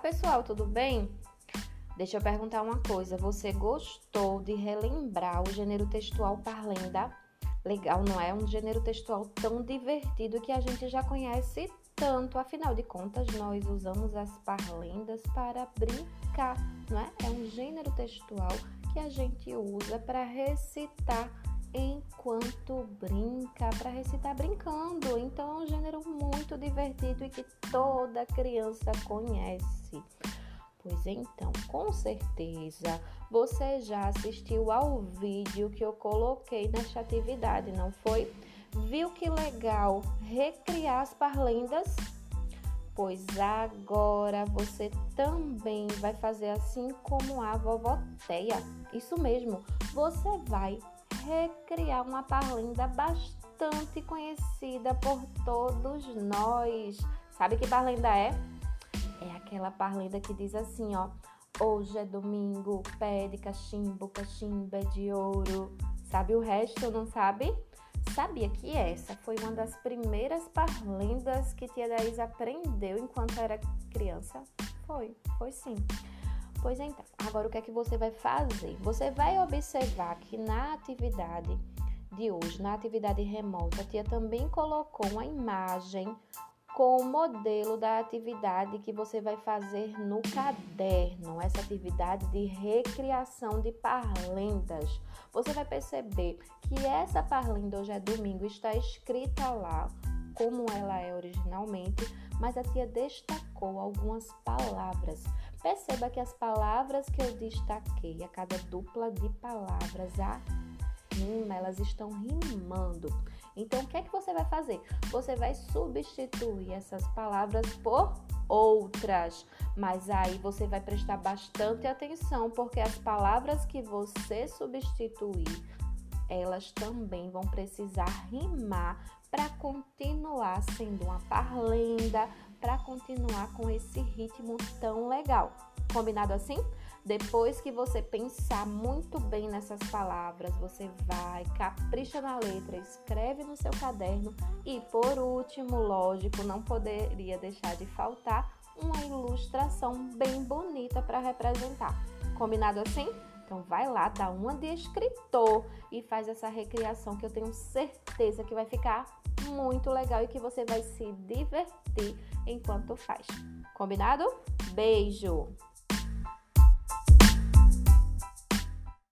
pessoal, tudo bem? Deixa eu perguntar uma coisa. Você gostou de relembrar o gênero textual parlenda? Legal, não é? Um gênero textual tão divertido que a gente já conhece tanto. Afinal de contas, nós usamos as parlendas para brincar, não é? É um gênero textual que a gente usa para recitar enquanto brinca, para recitar brincando. Então, é um gênero muito divertido e que toda criança conhece. Pois então, com certeza, você já assistiu ao vídeo que eu coloquei nesta atividade, não foi? Viu que legal recriar as parlendas? Pois agora você também vai fazer assim como a vovó Teia. Isso mesmo, você vai recriar uma parlenda bastante conhecida por todos nós. Sabe que parlenda é? É aquela parlenda que diz assim, ó: hoje é domingo, pé de cachimbo, cachimbo é de ouro. Sabe o resto, não sabe? Sabia que essa foi uma das primeiras parlendas que tia Daís aprendeu enquanto era criança? Foi sim. Pois então, agora o que é que você vai fazer? Você vai observar que na atividade de hoje, na atividade remota, a tia também colocou uma imagem com o modelo da atividade que você vai fazer no caderno, essa atividade de recriação de parlendas. Você vai perceber que essa parlenda hoje é domingo, está escrita lá como ela é originalmente, mas a tia destacou algumas palavras. Perceba que as palavras que eu destaquei, a cada dupla de palavras, a rima, elas estão rimando. Então, o que é que você vai fazer? Você vai substituir essas palavras por outras, mas aí você vai prestar bastante atenção, porque as palavras que você substituir, elas também vão precisar rimar para continuar sendo uma parlenda, para continuar com esse ritmo tão legal. Combinado assim? Depois que você pensar muito bem nessas palavras, você vai, capricha na letra, escreve no seu caderno e, por último, lógico, não poderia deixar de faltar uma ilustração bem bonita para representar. Combinado assim? Então vai lá, dá uma de escritor e faz essa recriação que eu tenho certeza que vai ficar muito legal e que você vai se divertir enquanto faz. Combinado? Beijo!